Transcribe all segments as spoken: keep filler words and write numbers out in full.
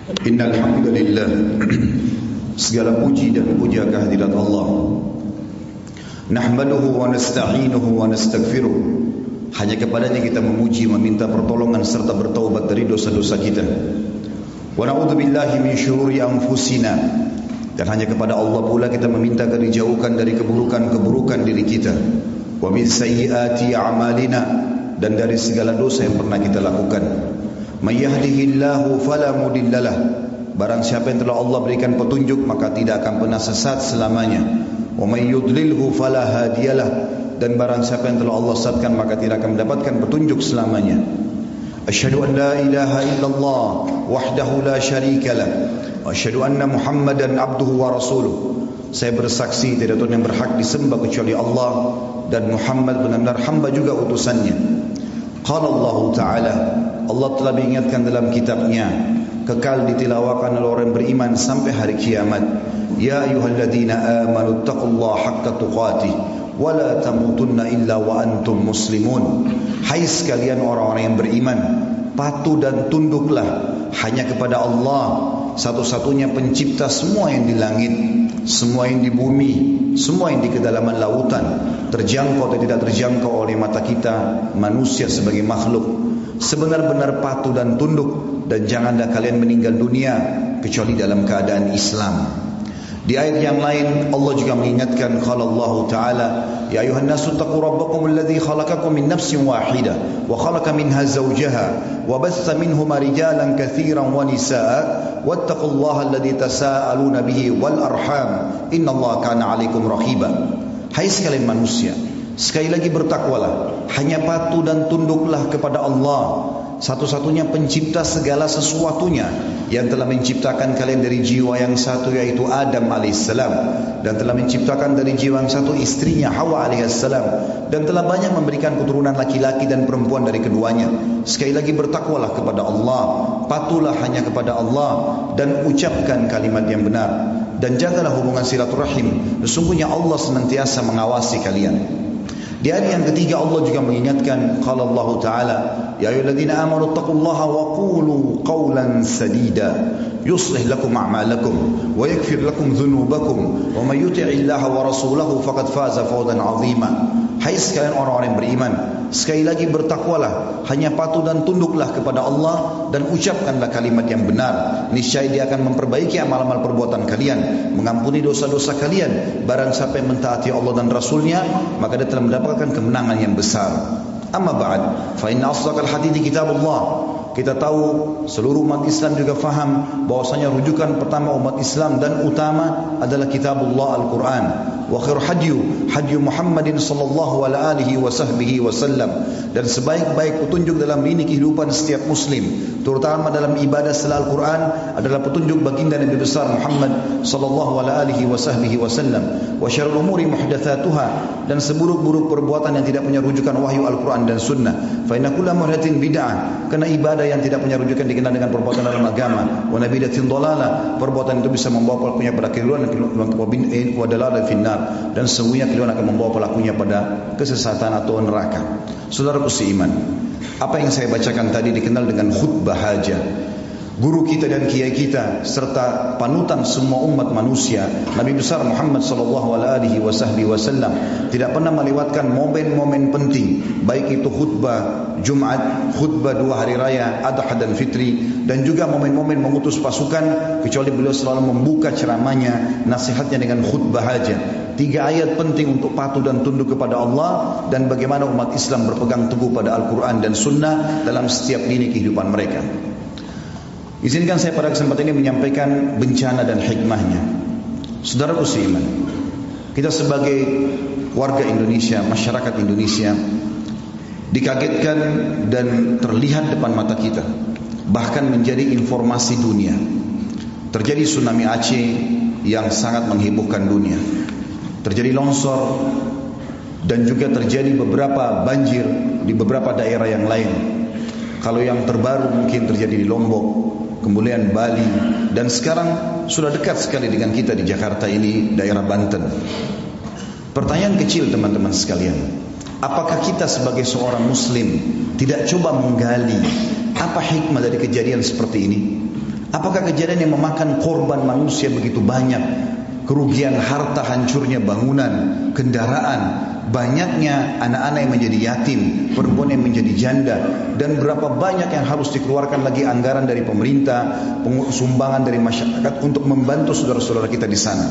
Innal hamdalillah, segala puji dan puja kehadirat Allah. Nahmaduhu wa nasta'inuhu wa nastaghfiruh. Hanya kepadanya kita memuji, meminta pertolongan serta bertaubat dari dosa-dosa kita. Wa na'udzubillahi min syururi anfusina. Dan hanya kepada Allah pula kita meminta agar dijauhkan dari keburukan-keburukan diri kita. Wa min sayyiati a'malina, dan dari segala dosa yang pernah kita lakukan. May yahdihillahu fala mudhillalah. Barang siapa yang telah Allah berikan petunjuk, maka tidak akan pernah sesat selamanya. Wa may yudlilhu fala hadiyalah. Dan barang siapa yang telah Allah sesatkan, maka tidak akan mendapatkan petunjuk selamanya. Asyhadu an la ilaha illallah wahdahu la syarikalah. Wa asyhadu anna Muhammadan abduhu wa rasuluh. Saya bersaksi tidak ada Tuhan yang berhak disembah kecuali Allah, dan Muhammad benar-benar hamba juga utusannya. Qala Allah Ta'ala, Allah telah mengingatkan dalam kitabnya, kekal ditilawakan oleh orang beriman sampai hari kiamat. Ya ayyuhalladzina amanu taqullaha haqqa tuqatih wa la tamutunna illa wa antum muslimun. Hai sekalian orang-orang yang beriman, patuh dan tunduklah hanya kepada Allah, satu-satunya pencipta semua yang di langit, semua yang di bumi, semua yang di kedalaman lautan, terjangkau atau tidak terjangkau oleh mata kita manusia sebagai makhluk. Sebenar-benar patuh dan tunduk, dan janganlah kalian meninggal dunia kecuali dalam keadaan Islam. Di ayat yang lain Allah juga mengingatkan, qala Allah Ta'ala, ya ayuhan nasu taqu rabbakum alladhi khalaqakum min nafsin wahidah wa khalaqa minha zawjaha wa batha minhuma rijalan katsiran wa nisaa wattaqullaha alladhi tasaaluna bihi wal arham innallaha kana 'alaikum raqiba. Hai sekalian manusia, sekali lagi bertakwalah, hanya patuh dan tunduklah kepada Allah, satu-satunya pencipta segala sesuatunya, yang telah menciptakan kalian dari jiwa yang satu yaitu Adam alaihissalam, dan telah menciptakan dari jiwa yang satu istrinya Hawa alaihissalam, dan telah banyak memberikan keturunan laki-laki dan perempuan dari keduanya. Sekali lagi bertakwalah kepada Allah, patuhlah hanya kepada Allah, dan ucapkan kalimat yang benar, dan jagalah hubungan silaturahim. Sesungguhnya Allah senantiasa mengawasi kalian. Di ayat yang ketiga Allah juga mengingatkan, qala Allah Ta'ala, ya ayyuhalladzina amanu taqullaha wa qulu qawlan sadida yuslih lakum a'malakum wa yaghfir lakum dhunubakum wa may yuti'illaha wa rasulahu faqad faza fawzan 'azima. Hai sekalian orang-orang yang beriman, sekali lagi bertakwalah, hanya patuh dan tunduklah kepada Allah, dan ucapkanlah kalimat yang benar. Niscaya Dia akan memperbaiki amal-amal perbuatan kalian, mengampuni dosa-dosa kalian. Barang siapa yang mentaati Allah dan Rasulnya, maka dia telah mendapatkan kemenangan yang besar. Amma ba'd, fa inna asdaqal hadithi kitabullah. Kita tahu seluruh umat Islam juga faham bahwasanya rujukan pertama umat Islam dan utama adalah kitabullah Al-Quran. Wa khair hadyu hadyu Muhammadin sallallahu alaihi wa sahbihi wasallam. Dan sebaik-baik petunjuk dalam ini kehidupan setiap muslim, terutama dalam ibadah setelah Al-Quran, adalah petunjuk baginda Nabi besar Muhammad sallallahu alaihi wa sahbihi wasallam. Wa syarrul umuri muhdatsatuha, dan seburuk-buruk perbuatan yang tidak punya rujukan wahyu Al-Quran dan sunnah. Fa inna kulla muhdatsin bid'ah, karena ibadah yang tidak punya rujukan dikenal dengan perbuatan dalam agama. Wa nabidatin dhalalah, perbuatan itu bisa membawa pelakunya pada keliruan wa dalalah finnar, dan sesungguhnya keliruan akan membawa pelakunya pada kesesatan atau neraka. Saudaraku seiman, apa yang saya bacakan tadi dikenal dengan khutbah hajah. Guru kita dan kiai kita serta panutan semua umat manusia, Nabi besar Muhammad sallallahu alaihi wasallam, tidak pernah melewatkan momen-momen penting, baik itu khutbah Jumat, khutbah dua hari raya, Adha dan Fitri, dan juga momen-momen mengutus pasukan, kecuali beliau selalu membuka ceramahnya, nasihatnya dengan khutbah hajah. Tiga ayat penting untuk patuh dan tunduk kepada Allah, dan bagaimana umat Islam berpegang teguh pada Al-Quran dan Sunnah dalam setiap lini kehidupan mereka. Izinkan saya pada kesempatan ini menyampaikan bencana dan hikmahnya. Saudaraku seiman, kita sebagai warga Indonesia, masyarakat Indonesia, dikagetkan dan terlihat depan mata kita, bahkan menjadi informasi dunia. Terjadi tsunami Aceh yang sangat menghebohkan dunia. Terjadi longsor, dan juga terjadi beberapa banjir di beberapa daerah yang lain. Kalau yang terbaru mungkin terjadi di Lombok, kemudian Bali, dan sekarang sudah dekat sekali dengan kita di Jakarta ini, daerah Banten. Pertanyaan kecil teman-teman sekalian, apakah kita sebagai seorang muslim tidak coba menggali apa hikmah dari kejadian seperti ini? Apakah kejadian yang memakan korban manusia begitu banyak, kerugian harta, hancurnya bangunan, kendaraan, banyaknya anak-anak yang menjadi yatim, perempuan yang menjadi janda, dan berapa banyak yang harus dikeluarkan lagi anggaran dari pemerintah, sumbangan dari masyarakat untuk membantu saudara-saudara kita di sana.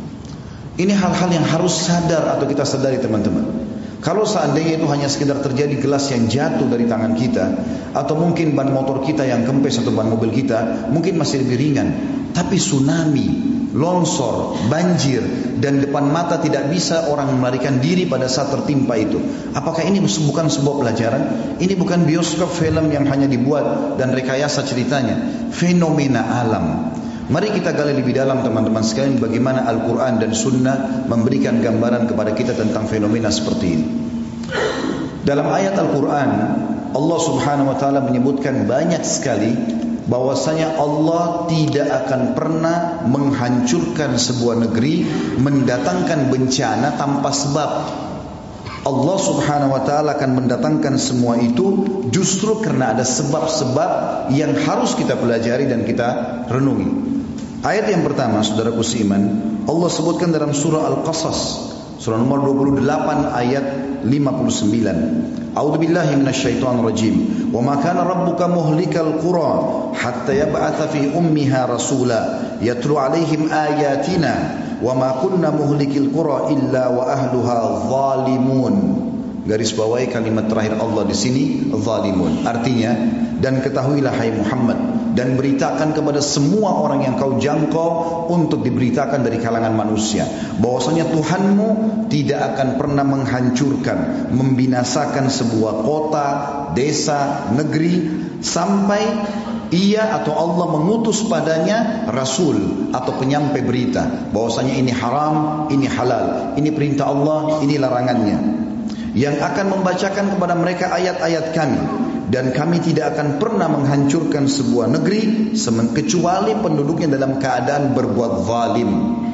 Ini hal-hal yang harus sadar atau kita sadari teman-teman. Kalau seandainya itu hanya sekedar terjadi gelas yang jatuh dari tangan kita, atau mungkin ban motor kita yang kempes atau ban mobil kita, mungkin masih lebih ringan. Tapi tsunami, longsor, banjir, dan depan mata tidak bisa orang melarikan diri pada saat tertimpa itu. Apakah ini bukan sebuah pelajaran? Ini bukan bioskop film yang hanya dibuat dan rekayasa ceritanya. Fenomena alam. Mari kita gali lebih dalam teman-teman sekalian bagaimana Al-Quran dan Sunnah memberikan gambaran kepada kita tentang fenomena seperti ini. Dalam ayat Al-Quran, Allah subhanahu wa ta'ala menyebutkan banyak sekali bahwasanya Allah tidak akan pernah menghancurkan sebuah negeri, mendatangkan bencana tanpa sebab. Allah subhanahu wa ta'ala akan mendatangkan semua itu justru karena ada sebab-sebab yang harus kita pelajari dan kita renungi. Ayat yang pertama, saudaraku seiman, Allah sebutkan dalam surah Al-Qasas, surah nomor dua puluh delapan ayat lima puluh sembilan. A'udzubillahi minasyaitonir rajim. Wa ma kana rabbuka muhlikal qura hatta yab'atha fi ummiha rasula yatlu 'alaihim ayatina wa ma kunna muhlikil qura illa wa ahluha zalimun. Garis bawahi kalimat terakhir Allah di sini, zalimun. Artinya, dan ketahuilah hai Muhammad, dan beritakan kepada semua orang yang kau jangkau untuk diberitakan dari kalangan manusia, bahwasanya Tuhanmu tidak akan pernah menghancurkan, membinasakan sebuah kota, desa, negeri sampai ia atau Allah mengutus padanya rasul atau penyampai berita bahwasanya ini haram, ini halal, ini perintah Allah, ini larangannya, yang akan membacakan kepada mereka ayat-ayat kami. Dan kami tidak akan pernah menghancurkan sebuah negeri kecuali penduduknya dalam keadaan berbuat zalim.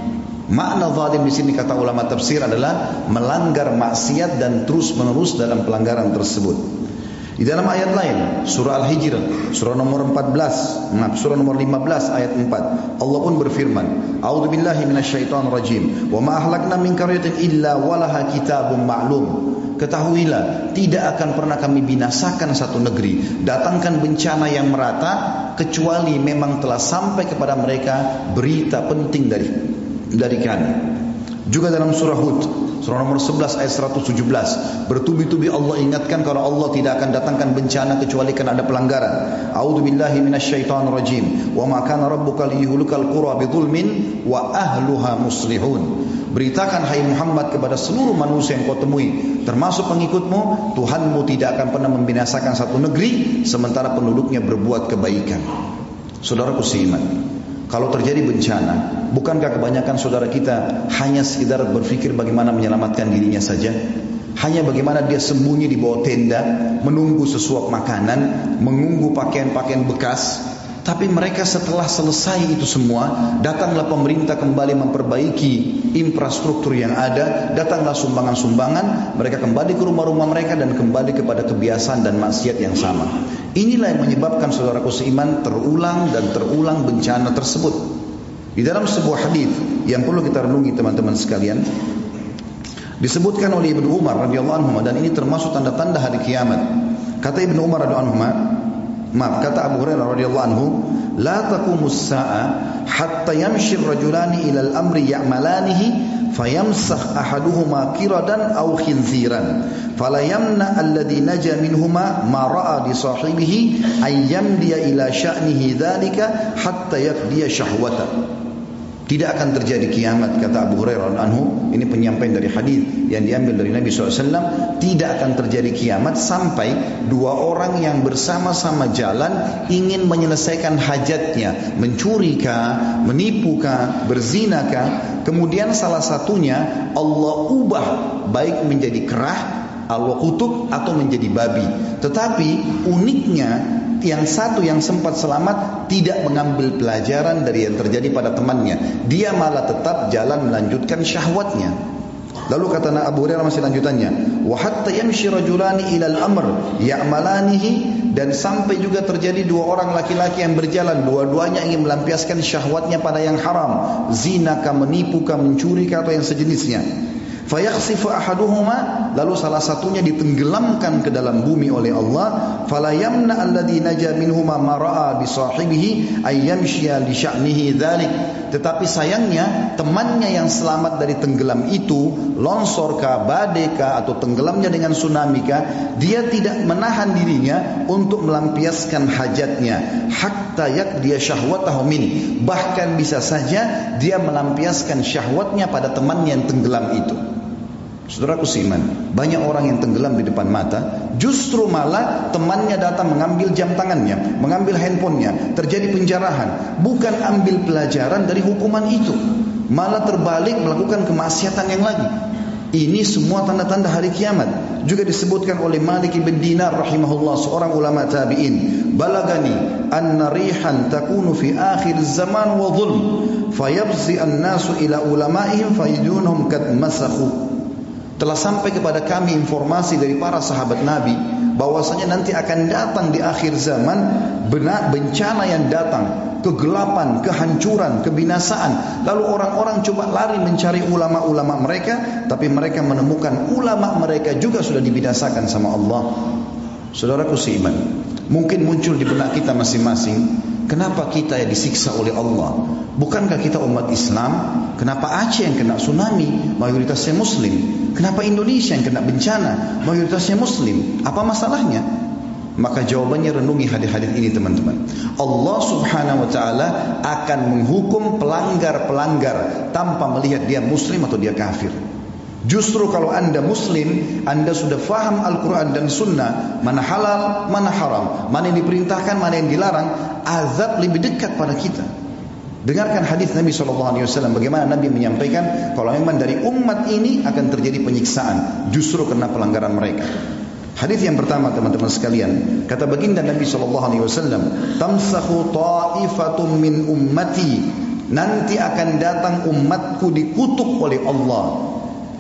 Makna zalim di sini kata ulama tafsir adalah melanggar maksiat dan terus menerus dalam pelanggaran tersebut. Di dalam ayat lain, surah Al-Hijr, surah nomor empat belas, maaf, surah nomor lima belas ayat empat, Allah pun berfirman, A'udzubillahi minasyaitonir rajim, wa ma ahlakna min qaryatin illa walaha kitabun ma'lum. Ketahuilah, tidak akan pernah kami binasakan satu negeri, datangkan bencana yang merata, kecuali memang telah sampai kepada mereka berita penting dari dari kami. Juga dalam surah Hud, surah nomor sebelas ayat seratus tujuh belas, bertubi-tubi Allah ingatkan kalau Allah tidak akan datangkan bencana kecuali karena ada pelanggaran. A'udzubillahi minasyaitonir rajim. Wa ma kana rabbuka liyuhlikal qura bidzulmin wa ahluha muslihun. Beritakan hai Muhammad kepada seluruh manusia yang kau temui, termasuk pengikutmu, Tuhanmu tidak akan pernah membinasakan satu negeri sementara penduduknya berbuat kebaikan. Saudaraku seiman, kalau terjadi bencana, bukankah kebanyakan saudara kita hanya sekedar berpikir bagaimana menyelamatkan dirinya saja? Hanya bagaimana dia sembunyi di bawah tenda, menunggu sesuap makanan, menunggu pakaian-pakaian bekas. Tapi mereka setelah selesai itu semua, datanglah pemerintah kembali memperbaiki infrastruktur yang ada, datanglah sumbangan-sumbangan, mereka kembali ke rumah-rumah mereka dan kembali kepada kebiasaan dan maksiat yang sama. Inilah yang menyebabkan saudaraku seiman terulang dan terulang bencana tersebut. Di dalam sebuah hadis yang perlu kita renungi teman-teman sekalian, disebutkan oleh Ibnu Umar radhiyallahu anhu, dan ini termasuk tanda-tanda hari kiamat. Kata Ibnu Umar radhiyallahu anhu, maaf, kata Abu Hurairah radhiyallahu anhu, la taqumus sa'a hatta yamshi ar-rajulani ila al-amri ya'malanihi fayamsakh ahaduhuma qiradan aw khinziran fala yamna alladhi naja minhuma ma ra'a li sahibihi ay yamdiya ila sya'nihi dzalika hatta yaqdiya syahwata. Tidak akan terjadi kiamat, kata Abu Hurairah anhu, ini penyampaian dari hadis yang diambil dari Nabi shallallahu alaihi wasallam. Tidak akan terjadi kiamat sampai dua orang yang bersama-sama jalan ingin menyelesaikan hajatnya, mencurikah, menipukah, berzinakah, kemudian salah satunya Allah ubah baik menjadi kerah, Allah kutuk, atau menjadi babi. Tetapi uniknya, yang satu yang sempat selamat tidak mengambil pelajaran dari yang terjadi pada temannya. Dia malah tetap jalan melanjutkan syahwatnya. Lalu kata Abu Hurairah masih lanjutannya, wa hatta yamshi rajulani ila al-amr ya'malanihi, dan sampai juga terjadi dua orang laki-laki yang berjalan, dua-duanya ingin melampiaskan syahwatnya pada yang haram, zina kah, menipu kah, mencuri kah, atau yang sejenisnya. Fayakhsifu ahaduhuma, lalu salah satunya ditenggelamkan ke dalam bumi oleh Allah. Fala yamna alladhi naja minhuma ma ra'a bi sahibihi ay yamshiya li sya'nihi dzalik. Tetapi sayangnya temannya yang selamat dari tenggelam itu, longsor kah, badai kah, atau tenggelamnya dengan tsunami kah, dia tidak menahan dirinya untuk melampiaskan hajatnya hatta yaqdiya syahwatahu min. Bahkan bisa saja dia melampiaskan syahwatnya pada temannya yang tenggelam itu. Saudaraku seiman, banyak orang yang tenggelam di depan mata, justru malah temannya datang mengambil jam tangannya, mengambil handphonenya, terjadi penjarahan. Bukan ambil pelajaran dari hukuman itu, malah terbalik melakukan kemaksiatan yang lagi. Ini semua tanda-tanda hari kiamat. Juga disebutkan oleh Malik bin Dinar rahimahullah, seorang ulama tabi'in, balagani anna rihan takunu fi akhir zaman wa dhulm fayabzi an-nasu ila ulama'ihim fayidunhum kad masakhu. Telah sampai kepada kami informasi dari para sahabat Nabi bahwasanya nanti akan datang di akhir zaman bencana yang datang, kegelapan, kehancuran, kebinasaan. Lalu orang-orang coba lari mencari ulama-ulama mereka, tapi mereka menemukan ulama mereka juga sudah dibinasakan sama Allah. Saudaraku seiman, mungkin muncul di benak kita masing-masing, kenapa kita yang disiksa oleh Allah? Bukankah kita umat Islam? Kenapa Aceh yang kena tsunami? Mayoritasnya Muslim. Kenapa Indonesia yang kena bencana? Mayoritasnya Muslim. Apa masalahnya? Maka jawabannya renungi hadis-hadis ini teman-teman. Allah subhanahu wa ta'ala akan menghukum pelanggar-pelanggar tanpa melihat dia Muslim atau dia kafir. Justru kalau anda Muslim, anda sudah faham Al-Quran dan Sunnah, mana halal, mana haram, mana yang diperintahkan, mana yang dilarang, azab lebih dekat pada kita. Dengarkan hadis Nabi shallallahu alaihi wasallam, bagaimana Nabi menyampaikan kalau memang dari umat ini akan terjadi penyiksaan justru karena pelanggaran mereka. Hadis yang pertama teman-teman sekalian, kata baginda Nabi shallallahu alaihi wasallam, tamsakhu ta'ifatum min ummati, nanti akan datang umatku dikutuk oleh Allah.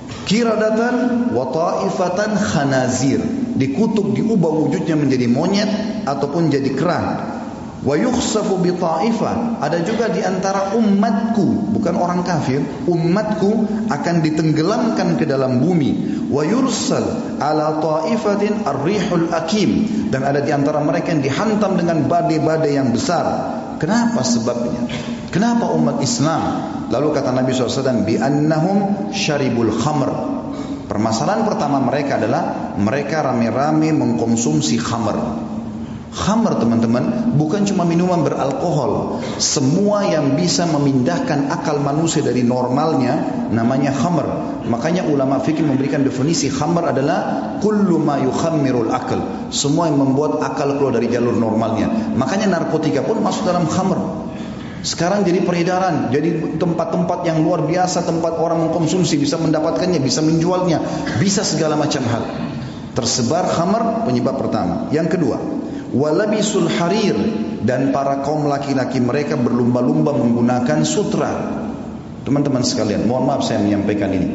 Kiradatan wa ta'ifatan khanazir, dikutuk, diubah wujudnya menjadi monyet ataupun jadi kera. Wa yukhsafu bi ta'ifah, ada juga di antara umatku, bukan orang kafir, umatku akan ditenggelamkan ke dalam bumi. Wa yursal ala ta'ifatin ar-rihul akim, dan ada di antara mereka yang dihantam dengan badai-badai yang besar. Kenapa sebabnya? Kenapa umat Islam? Lalu kata Nabi shallallahu alaihi wasallam, bi annahum syaribul khamr. Permasalahan pertama mereka adalah mereka rame-rame mengkonsumsi khamr. Khamr teman-teman bukan cuma minuman beralkohol. Semua yang bisa memindahkan akal manusia dari normalnya namanya khamr. Makanya ulama fikih memberikan definisi khamr adalah kullu ma yukhammirul akal, semua yang membuat akal keluar dari jalur normalnya. Makanya narkotika pun masuk dalam khamr. Sekarang jadi peredaran, jadi tempat-tempat yang luar biasa, tempat orang mengkonsumsi, bisa mendapatkannya, bisa menjualnya, bisa segala macam hal. Tersebar khamr, penyebab pertama. Yang kedua, walabisul harir, dan para kaum laki-laki mereka berlumba-lumba menggunakan sutra. Teman-teman sekalian, mohon maaf saya menyampaikan ini.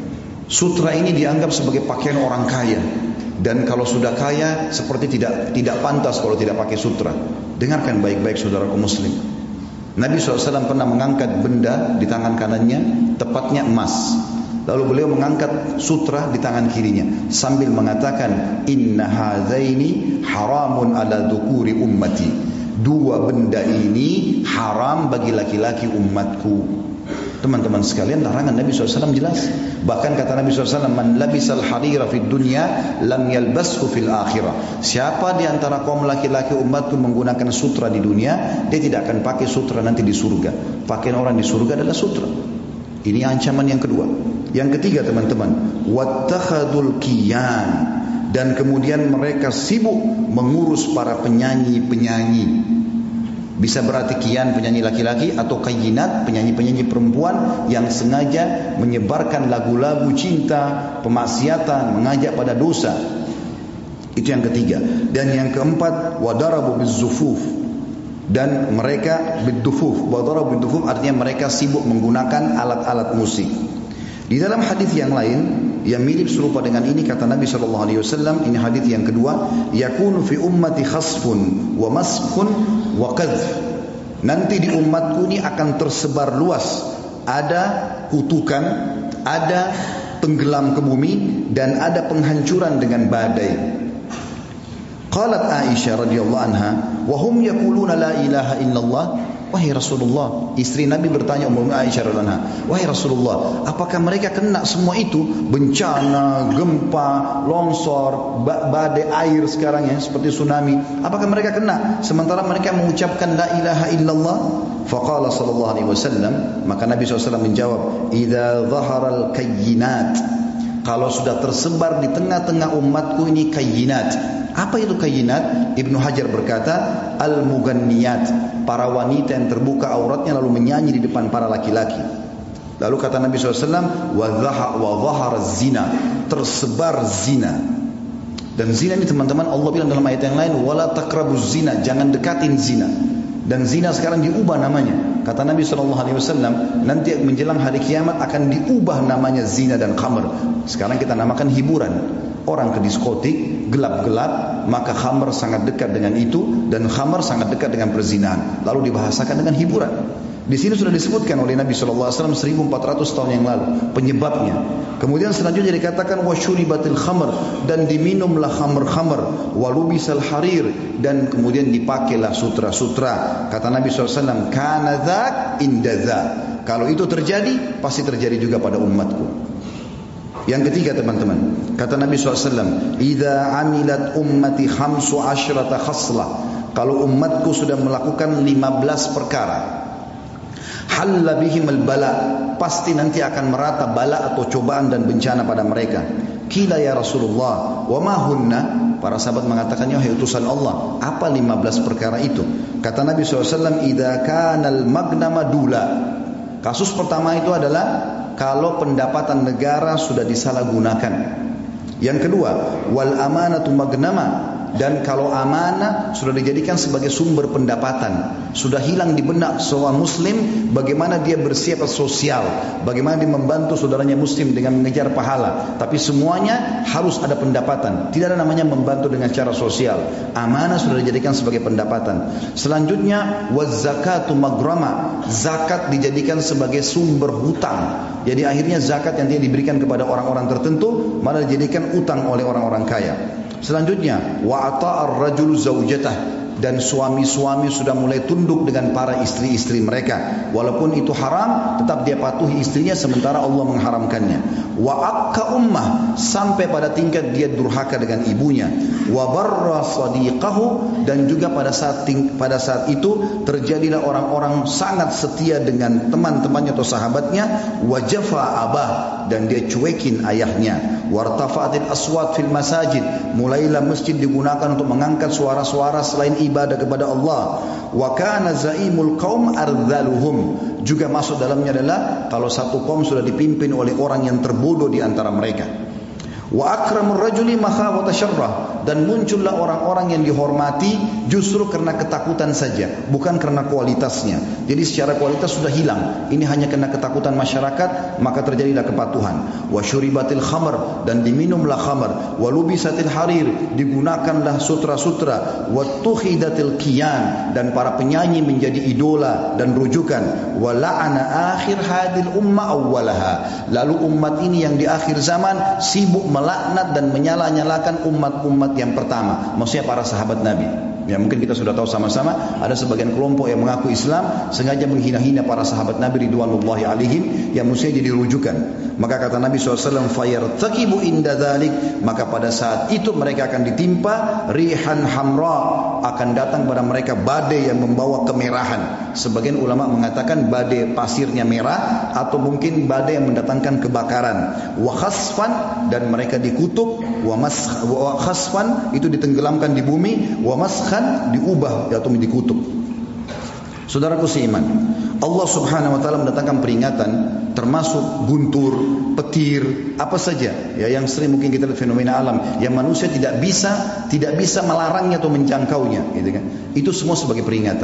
Sutra ini dianggap sebagai pakaian orang kaya, dan kalau sudah kaya seperti tidak tidak pantas kalau tidak pakai sutra. Dengarkan baik-baik saudaraku muslim. Nabi shallallahu alaihi wasallam pernah mengangkat benda di tangan kanannya, tepatnya emas. Lalu beliau mengangkat sutra di tangan kirinya sambil mengatakan, inna hadzaini haramun ala dzukuri ummati. Dua benda ini haram bagi laki-laki umatku. Teman-teman sekalian, larangan Nabi shallallahu alaihi wasallam jelas. Bahkan kata Nabi shallallahu alaihi wasallam, man labisal harira fid dunya lam yalbashu fil akhirah. Siapa di antara kaum laki-laki umatku menggunakan sutra di dunia, dia tidak akan pakai sutra nanti di surga. Pakaian orang di surga adalah sutra. Ini ancaman yang kedua. Yang ketiga teman-teman, wattakhadul kiyan, dan kemudian mereka sibuk mengurus para penyanyi-penyanyi. Bisa berarti kian penyanyi laki-laki atau kayinat penyanyi-penyanyi perempuan yang sengaja menyebarkan lagu-lagu cinta, pemaksiatan, mengajak pada dosa. Itu yang ketiga. Dan yang keempat, wadarabu bizzufuf, dan mereka bidufuf. Wadarabu bidufuf artinya mereka sibuk menggunakan alat-alat musik. Di dalam hadis yang lain yang mirip serupa dengan ini kata Nabi sallallahu alaihi wasallam, ini hadis yang kedua, yakunu fi ummati khasfun wa maskhun wa qadh. Nanti di umatku ini akan tersebar luas, ada kutukan, ada tenggelam ke bumi, dan ada penghancuran dengan badai. Qalat Aisyah radhiyallahu anha, wa hum yaquluna la ilaha illallah. Wahai Rasulullah, istri Nabi bertanya Ummu Aisyah radhiyallahu anha, wahai Rasulullah, apakah mereka kena semua itu? Bencana, gempa, longsor, badai air sekarang ya, seperti tsunami. Apakah mereka kena sementara mereka mengucapkan la ilaha illallah? Faqala sallallahu alaihi wasallam, maka Nabi shallallahu alaihi wasallam menjawab, idza dhaharal kayyinat, kalau sudah tersebar di tengah-tengah umatku ini kayyinat. Apa itu kayyinat? Ibnu Hajar berkata, al-muganniyat, para wanita yang terbuka auratnya lalu menyanyi di depan para laki-laki. Lalu kata Nabi shallallahu alaihi wasallam, wa dhahar zina, tersebar zina. Dan zina ini teman-teman, Allah bilang dalam ayat yang lain, wala taqrabuz zina, jangan dekatin zina. Dan zina sekarang diubah namanya. Kata Nabi shallallahu alaihi wasallam, nanti menjelang hari kiamat akan diubah namanya zina dan khamr. Sekarang kita namakan hiburan. Orang ke diskotik, gelap-gelap, maka khamr sangat dekat dengan itu, dan khamr sangat dekat dengan perzinahan. Lalu dibahasakan dengan hiburan. Di sini sudah disebutkan oleh Nabi shallallahu alaihi wasallam seribu empat ratus tahun yang lalu penyebabnya. Kemudian selanjutnya dikatakan wasyuribatil khamr, dan diminumlah khamr-khamr, walubisal harir, dan kemudian dipakailah sutra-sutra. Kata Nabi shallallahu alaihi wasallam, kana dzak inda dzak. Kalau itu terjadi, pasti terjadi juga pada umatku. Yang ketiga teman-teman, kata Nabi shallallahu alaihi wasallam, idza amilat ummati khamsu asyrata khaslah, kalau umatku sudah melakukan lima belas perkara, halla bihim al-bala, pasti nanti akan merata bala atau cobaan dan bencana pada mereka. Qila ya Rasulullah, wa ma hunna? Para sahabat mengatakan, ya utusan Allah, apa lima belas perkara itu? Kata Nabi shallallahu alaihi wasallam, idza kana al-magnama dula. Kasus pertama itu adalah kalau pendapatan negara sudah disalahgunakan. Yang kedua, wal amanatu magnama, dan kalau amanah sudah dijadikan sebagai sumber pendapatan, sudah hilang di benak seorang muslim bagaimana dia bersifat sosial, bagaimana dia membantu saudaranya muslim dengan mengejar pahala, tapi semuanya harus ada pendapatan. Tidak ada namanya membantu dengan cara sosial. Amanah sudah dijadikan sebagai pendapatan. Selanjutnya waz zakatu magrama, zakat dijadikan sebagai sumber hutang. Jadi akhirnya zakat yang dia diberikan kepada orang-orang tertentu malah dijadikan utang oleh orang-orang kaya. Selanjutnya wa ata'ar rajulu zaujatah, dan suami-suami sudah mulai tunduk dengan para istri-istri mereka, walaupun itu haram tetap dia patuhi istrinya sementara Allah mengharamkannya. Wa akka ummah, sampai pada tingkat dia durhaka dengan ibunya. Wa barra sadiqahu, dan juga pada saat pada saat itu terjadilah orang-orang sangat setia dengan teman-temannya atau sahabatnya. Wa jafa abah, dan dia cuekin ayahnya. Wartafa'atil aswat fil masajid, mulailah masjid digunakan untuk mengangkat suara-suara selain ibadah kepada Allah. Wa kana zaimul qaum ardzaluhum, juga masuk dalamnya adalah kalau satu kaum sudah dipimpin oleh orang yang terbodoh di antara mereka. Wa akramur rajuli makhafata syarrah, dan muncullah orang-orang yang dihormati justru karena ketakutan saja, bukan karena kualitasnya. Jadi secara kualitas sudah hilang, ini hanya karena ketakutan masyarakat, maka terjadilah kepatuhan. Wa syuribatil khamr, dan diminumlah khamr. Wa lubisatil harir, digunakanlah sutra-sutra. Wa tukhidatil qiyan, dan para penyanyi menjadi idola dan rujukan. Wa la'ana akhir hadil umma awwalaha, lalu umat ini yang di akhir zaman sibuk melaknat dan menyala-nyalakan umat-umat yang pertama, maksudnya para sahabat Nabi. Ya, mungkin kita sudah tahu sama-sama ada sebagian kelompok yang mengaku Islam sengaja menghina-hina para sahabat Nabi ridwanullahi alaihim yang mestinya jadi rujukan. Maka kata Nabi shallallahu alaihi wasallam, fayartaqibu inda dzalik, maka pada saat itu mereka akan ditimpa rihan hamra, akan datang pada mereka badai yang membawa kemerahan. Sebagian ulama mengatakan badai pasirnya merah, atau mungkin badai yang mendatangkan kebakaran. Wa khasfan, dan mereka dikutuk. Wa mas wa khasfan, itu ditenggelamkan di bumi. Wa maskhan, diubah atau dikutuk. Saudaraku seiman, Allah subhanahu wa ta'ala mendatangkan peringatan, termasuk guntur, petir, apa saja ya yang sering mungkin kita lihat fenomena alam yang manusia tidak bisa tidak bisa melarangnya atau menjangkaunya, gitu kan. Itu semua sebagai peringatan.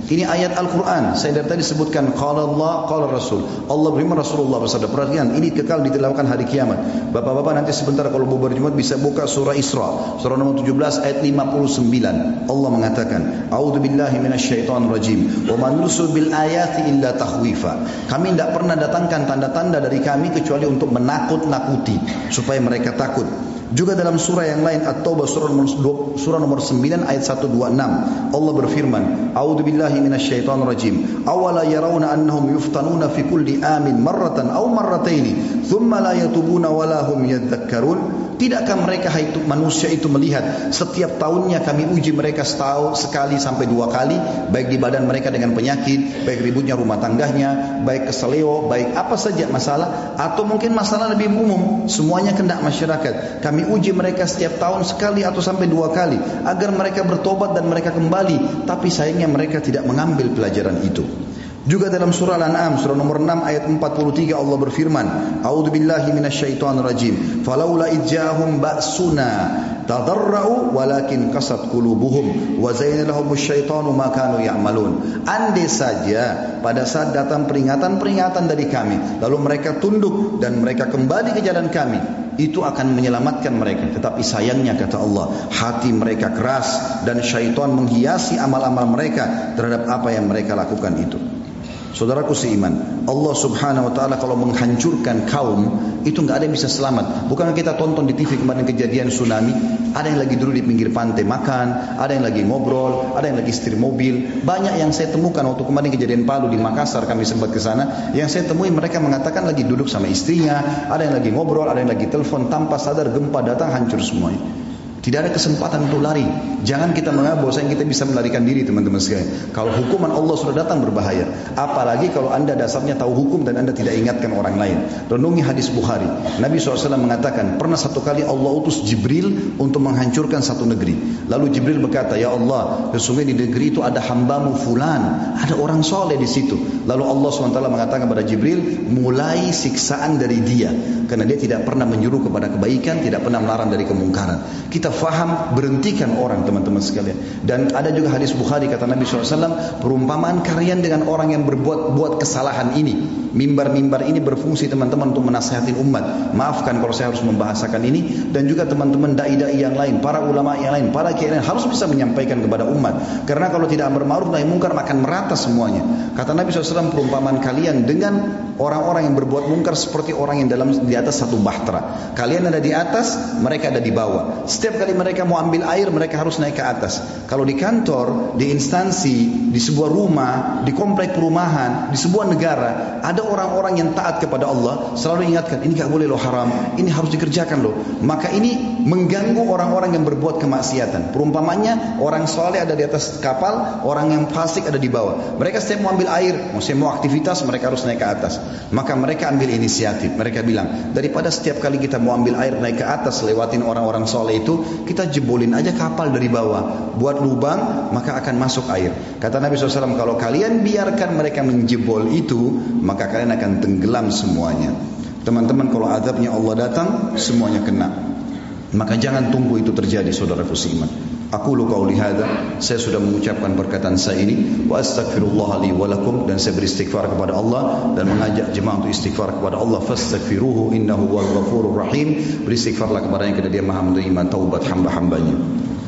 Ini ayat Al-Quran. Saya dari tadi sebutkan qala Allah, qala Rasul. Allah berfirman, Rasulullah bersabda. Perhatikan, ini kekal ditilawahkan hari kiamat. Bapak-bapak nanti sebentar kalau mau berjumat bisa buka surah Isra, surah nomor tujuh belas ayat lima puluh sembilan. Allah mengatakan, a'udzubillahi minasyaitonir rajim. Wa man nursil bil ayati illa tahwifa. Kami tidak pernah datangkan tanda-tanda dari kami kecuali untuk menakut-nakuti supaya mereka takut. Juga dalam surah yang lain At-Taubah surah nomor, surah nomor sembilan ayat seratus dua puluh enam Allah berfirman, a'udzubillahi minasyaitonir rajim. Awala yarawna annahum yuftanuna fi kulli amin marratan aw marrataini thumma la yatubuna wa la hum yadhakkarun. Tidakkah mereka itu manusia itu melihat setiap tahunnya kami uji mereka setahun sekali sampai dua kali, baik di badan mereka dengan penyakit, baik ributnya rumah tangganya, baik keseleo, baik apa saja masalah, atau mungkin masalah lebih umum, semuanya kena masyarakat. Kami uji mereka setiap tahun sekali atau sampai dua kali agar mereka bertobat dan mereka kembali, tapi sayangnya mereka tidak mengambil pelajaran itu. Juga dalam surah Al-An'am surah nomor enam ayat empat puluh tiga Allah berfirman, a'udzubillahi minasyaitonir rajim. Falaula idja'ahum ba'suna tadarra'u walakin qasat qulubuhum wa zayyana lahumus syaitanu ma kanu ya'malun. Andai saja pada saat datang peringatan-peringatan dari kami lalu mereka tunduk dan mereka kembali ke jalan kami, itu akan menyelamatkan mereka. Tetapi sayangnya kata Allah, hati mereka keras dan syaitan menghiasi amal-amal mereka terhadap apa yang mereka lakukan itu. Saudaraku seiman, Allah subhanahu wa ta'ala kalau menghancurkan kaum, itu nggak ada yang bisa selamat. Bukan kita tonton di T V kemarin kejadian tsunami, ada yang lagi duduk di pinggir pantai makan, ada yang lagi ngobrol, ada yang lagi setir mobil. Banyak yang saya temukan waktu kemarin kejadian Palu di Makassar, kami sempat ke sana, yang saya temui mereka mengatakan lagi duduk sama istrinya, ada yang lagi ngobrol, ada yang lagi telepon, tanpa sadar gempa datang hancur semuanya. Tidak ada kesempatan untuk lari. Jangan kita menganggap bahwasanya kita bisa melarikan diri, teman-teman sekalian. Kalau hukuman Allah sudah datang berbahaya. Apalagi kalau anda dasarnya tahu hukum dan anda tidak ingatkan orang lain. Renungi hadis Bukhari. Nabi shallallahu alaihi wasallam mengatakan, pernah satu kali Allah utus Jibril untuk menghancurkan satu negeri. Lalu Jibril berkata, ya Allah, sesungguhnya di negeri itu ada hambamu fulan, ada orang soleh di situ. Lalu Allah subhanahu wa taala mengatakan kepada Jibril, mulai siksaan dari dia, karena dia tidak pernah menyuruh kepada kebaikan, tidak pernah melarang dari kemungkaran. Kita faham, berhentikan orang, teman-teman sekalian. Dan ada juga hadis Bukhari, kata Nabi shallallahu alaihi wasallam, perumpamaan kalian dengan orang yang berbuat buat kesalahan ini. Mimbar-mimbar ini berfungsi, teman-teman, untuk menasihatin umat. Maafkan kalau saya harus membahasakan ini. Dan juga teman-teman dai-dai yang lain, para ulama yang lain, para kiai yang lain harus bisa menyampaikan kepada umat. Karena kalau tidak amar ma'ruf nahi mungkar akan merata semuanya. Kata Nabi shallallahu alaihi wasallam, perumpamaan kalian dengan orang-orang yang berbuat mungkar seperti orang yang dalam di atas satu bahtera. Kalian ada di atas, mereka ada di bawah. Setiap kali mereka mau ambil air, mereka harus naik ke atas. Kalau di kantor, di instansi, di sebuah rumah, di komplek perumahan, di sebuah negara, ada orang-orang yang taat kepada Allah, selalu ingatkan, ini gak boleh loh, haram, ini harus dikerjakan loh. Maka ini mengganggu orang-orang yang berbuat kemaksiatan. Perumpamannya, orang soleh ada di atas kapal, orang yang fasik ada di bawah. Mereka setiap mau ambil air, maksudnya mau aktivitas, mereka harus naik ke atas. Maka mereka ambil inisiatif. Mereka bilang, daripada setiap kali kita mau ambil air naik ke atas, lewatin orang-orang soleh itu, kita jebolin aja kapal dari bawah, buat lubang, maka akan masuk air. Kata Nabi shallallahu alaihi wasallam, kalau kalian biarkan mereka menjebol itu, maka kalian akan tenggelam semuanya. Teman-teman, kalau azabnya Allah datang, semuanya kena. Maka jangan tunggu itu terjadi, saudaraku seiman. Aku lu qauli hadza, saya sudah mengucapkan perkataan saya ini, wa astaghfirullah li wa lakum, dan saya beristighfar kepada Allah dan mengajak jemaah untuk istighfar kepada Allah. Fastaghfiruhu innahu huwal ghafurur rahim. Beristighfarlah kepadanya karena dia Maha menerima taubat hamba-hambanya.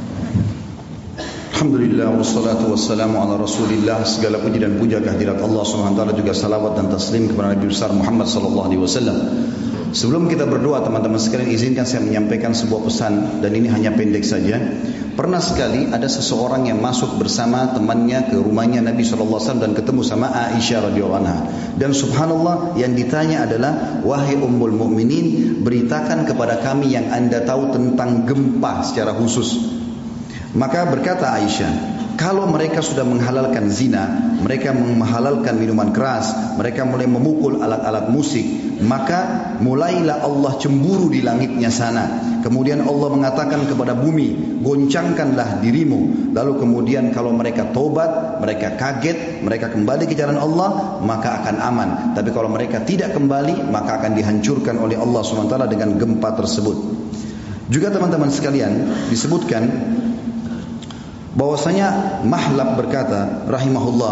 Alhamdulillah wassalatu wassalamu ala Rasulillah. Segala puji dan puja kehadirat Allah Subhanahu wa taala, juga salawat dan taslim kepada Nabi besar Muhammad sallallahu alaihi wasallam. Sebelum kita berdoa, teman-teman sekalian, izinkan saya menyampaikan sebuah pesan, dan ini hanya pendek saja. Pernah sekali ada seseorang yang masuk bersama temannya ke rumahnya Nabi shallallahu alaihi wasallam dan ketemu sama Aisyah radhiyallahu anha. Dan subhanallah, yang ditanya adalah, wahai ummul mukminin, beritakan kepada kami yang anda tahu tentang gempa secara khusus. Maka berkata Aisyah, kalau mereka sudah menghalalkan zina, mereka menghalalkan minuman keras, mereka mulai memukul alat-alat musik, maka mulailah Allah cemburu di langitnya sana. Kemudian Allah mengatakan kepada bumi, goncangkanlah dirimu. Lalu kemudian kalau mereka tobat, mereka kaget, mereka kembali ke jalan Allah, maka akan aman. Tapi kalau mereka tidak kembali, maka akan dihancurkan oleh Allah subhanahu wa taala dengan gempa tersebut. Juga teman-teman sekalian, disebutkan bahwasanya Mahlab berkata rahimahullah,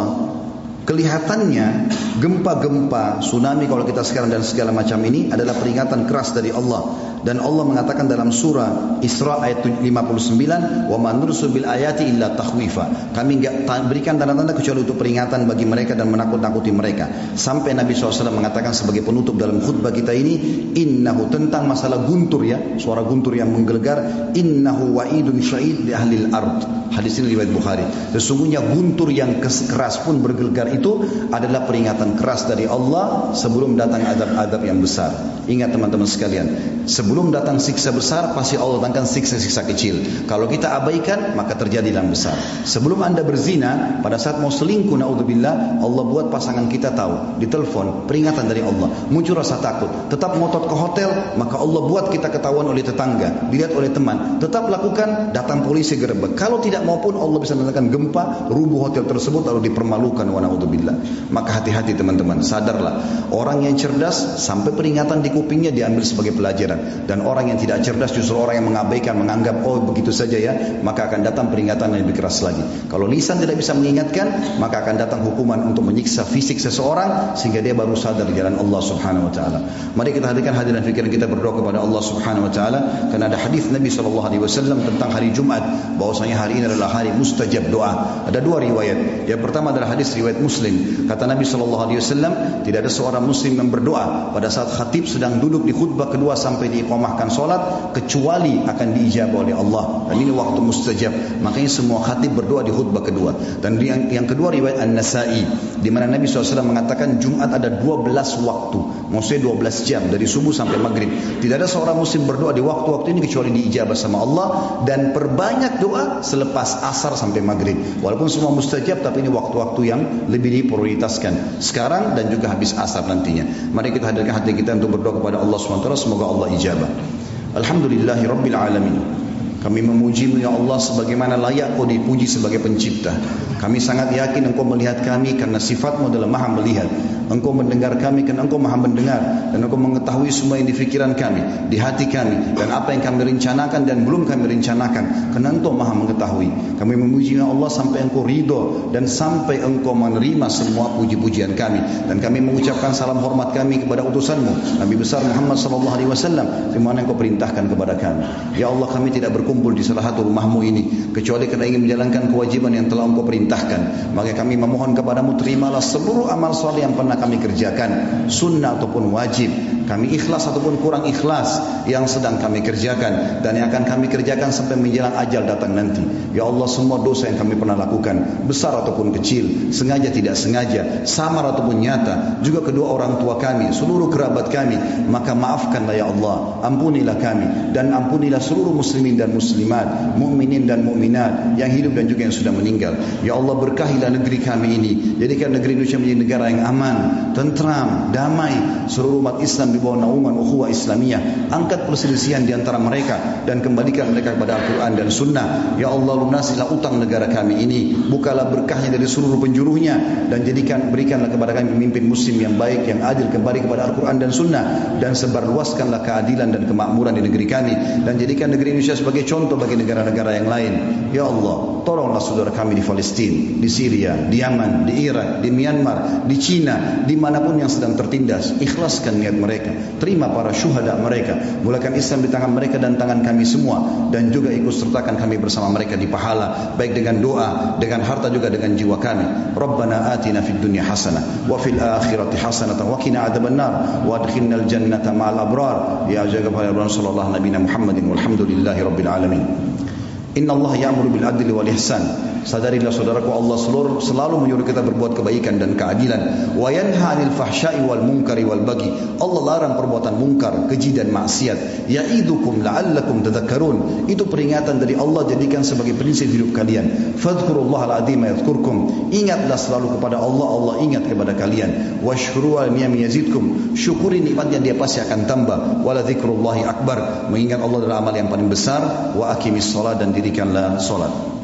kelihatannya gempa-gempa, tsunami kalau kita sekarang dan segala macam ini adalah peringatan keras dari Allah. Dan Allah mengatakan dalam surah Isra ayat lima puluh sembilan, "Wa man nursilu bil ayati illa takhwifa." Kami enggak berikan tanda-tanda kecuali untuk peringatan bagi mereka dan menakut-nakuti mereka. Sampai Nabi shallallahu alaihi wasallam mengatakan sebagai penutup dalam khutbah kita ini, "Innahu," tentang masalah guntur ya, suara guntur yang menggelegar, "Innahu wa'idun sya'id li ahlil ard." Hadis ini riwayat Bukhari. Sesungguhnya guntur yang keras pun bergelegar itu adalah peringatan keras dari Allah sebelum datang azab-azab yang besar. Ingat teman-teman sekalian, sebelum datang siksa besar pasti Allah datangkan siksa-siksa kecil. Kalau kita abaikan maka terjadi yang besar. Sebelum Anda berzina, pada saat mau selingkuh naudzubillah, Allah buat pasangan kita tahu, ditelepon, peringatan dari Allah. Muncul rasa takut, tetap ngotot ke hotel, maka Allah buat kita ketahuan oleh tetangga, dilihat oleh teman. Tetap lakukan, datang polisi gerebek. Kalau tidak maupun Allah bisa mendatangkan gempa, rubuh hotel tersebut lalu dipermalukan wa naudzubillah. Maka hati-hati teman-teman, sadarlah. Orang yang cerdas sampai peringatan di kupingnya diambil sebagai pelajaran, dan orang yang tidak cerdas justru orang yang mengabaikan, menganggap oh begitu saja ya, maka akan datang peringatan yang lebih keras lagi. Kalau lisan tidak bisa mengingatkan, maka akan datang hukuman untuk menyiksa fisik seseorang sehingga dia baru sadar di jalan Allah Subhanahu wa taala. Mari kita hadirkan hadirin fikiran kita berdoa kepada Allah Subhanahu wa taala, karena ada hadis Nabi sallallahu alaihi wasallam tentang hari Jumat bahwasanya hari ini adalah hari mustajab doa. Ada dua riwayat. Yang pertama adalah hadis riwayat Muslim. Kata Nabi sallallahu alaihi wasallam, tidak ada seorang muslim yang berdoa pada saat khatib sedang duduk di khutbah kedua sampai diiqamahkan salat kecuali akan diijabah oleh Allah. Dan ini waktu mustajab. Makanya semua khatib berdoa di khutbah kedua. Dan yang, yang kedua riwayat An-Nasa'i, di mana Nabi shallallahu alaihi wasallam mengatakan Jumat ada dua belas waktu, maksudnya dua belas jam dari subuh sampai maghrib. Tidak ada seorang muslim berdoa di waktu-waktu ini kecuali diijabah sama Allah. Dan perbanyak doa selepas asar sampai maghrib. Walaupun semua mustajab, tapi ini waktu-waktu yang lebih diprioritaskan sekarang dan juga habis asar nantinya. Mari kita hadirkan hati kita untuk berdoa kepada Allah subhanahu wa taala, semoga Allah ijabah. Alhamdulillahi rabbil alamin. Kami memuji-Mu ya Allah sebagaimana layak Kau dipuji sebagai pencipta. Kami sangat yakin Engkau melihat kami karena sifat-Mu adalah maha melihat. Engkau mendengar kami karena Engkau maha mendengar. Dan Engkau mengetahui semua yang di fikiran kami, di hati kami, dan apa yang kami rencanakan dan belum kami rencanakan, karena Engkau maha mengetahui. Kami memuji ya Allah sampai Engkau ridho dan sampai Engkau menerima semua puji-pujian kami. Dan kami mengucapkan salam hormat kami kepada utusan-Mu Nabi besar Muhammad sallallahu alaihi wasallam, di mana Engkau perintahkan kepada kami. Ya Allah, kami tidak berkumpul di salah satu rumah-Mu ini kecuali karena ingin menjalankan kewajiban yang telah Engkau perintahkan. Maka kami memohon kepada-Mu, terimalah seluruh amal saleh yang pernah kami kerjakan, sunnah ataupun wajib, kami ikhlas ataupun kurang ikhlas yang sedang kami kerjakan dan yang akan kami kerjakan sampai menjelang ajal datang nanti. Ya Allah, semua dosa yang kami pernah lakukan, besar ataupun kecil, sengaja tidak sengaja, samar ataupun nyata, juga kedua orang tua kami, seluruh kerabat kami, maka maafkanlah ya Allah, ampunilah kami dan ampunilah seluruh muslimin dan muslimat, mukminin dan mukminat yang hidup dan juga yang sudah meninggal. Ya Allah, berkahilah negeri kami ini, jadikan negeri Indonesia menjadi negara yang aman, tentram, damai. Seluruh umat Islam di bawah naungan ukhuwah Islamiyah. Angkat perselisihan di antara mereka dan kembalikan mereka kepada Al-Quran dan Sunnah. Ya Allah, lunasilah utang negara kami ini, bukalah berkahnya dari seluruh penjuruhnya, dan jadikan berikanlah kepada kami pemimpin muslim yang baik, yang adil, kembali kepada Al-Quran dan Sunnah, dan sebarluaskanlah keadilan dan kemakmuran di negeri kami, dan jadikan negeri Indonesia sebagai contoh bagi negara-negara yang lain. Ya Allah, tolonglah saudara kami di Palestina, di Syria, di Yaman, di Irak, di Myanmar, di Cina, dimanapun yang sedang tertindas. Ikhlaskan niat mereka, terima para syuhada mereka, mulakan Islam di tangan mereka dan tangan kami semua, dan juga ikut sertakan kami bersama mereka di pahala, baik dengan doa, dengan harta, juga dengan jiwa kami. Rabbana atina fid dunya hasanah wa fil akhirati hasanah wa qina adzabannar wa adkhilnal jannata ma'al abrar. Ya jaga para Rasulullah nabiyina Muhammadin walhamdulillahi rabbil alamin. Inna Allah ya'muru bil adli wal ihsan. Sadarilah saudaraku, Allah selalu, selalu menyuruh kita berbuat kebaikan dan keadilan. Wa yanha 'anil fahsya'i wal munkari wal baghi. Allah larang perbuatan mungkar, keji dan maksiat. Ya'idukum la'allakum tadhakkarun. Itu peringatan dari Allah, jadikan sebagai prinsip hidup kalian. Fadhkurullahal 'azima yadhkurkum. Ingatlah selalu kepada Allah, Allah ingat kepada kalian. Washkuru 'ala ni'ami yazidkum. Syukuri nikmat yang Dia pasti akan tambah. Wala dzikrullahi akbar. Mengingat Allah adalah amal yang paling besar. Wa aqimis shalah, dan dirikanlah salat.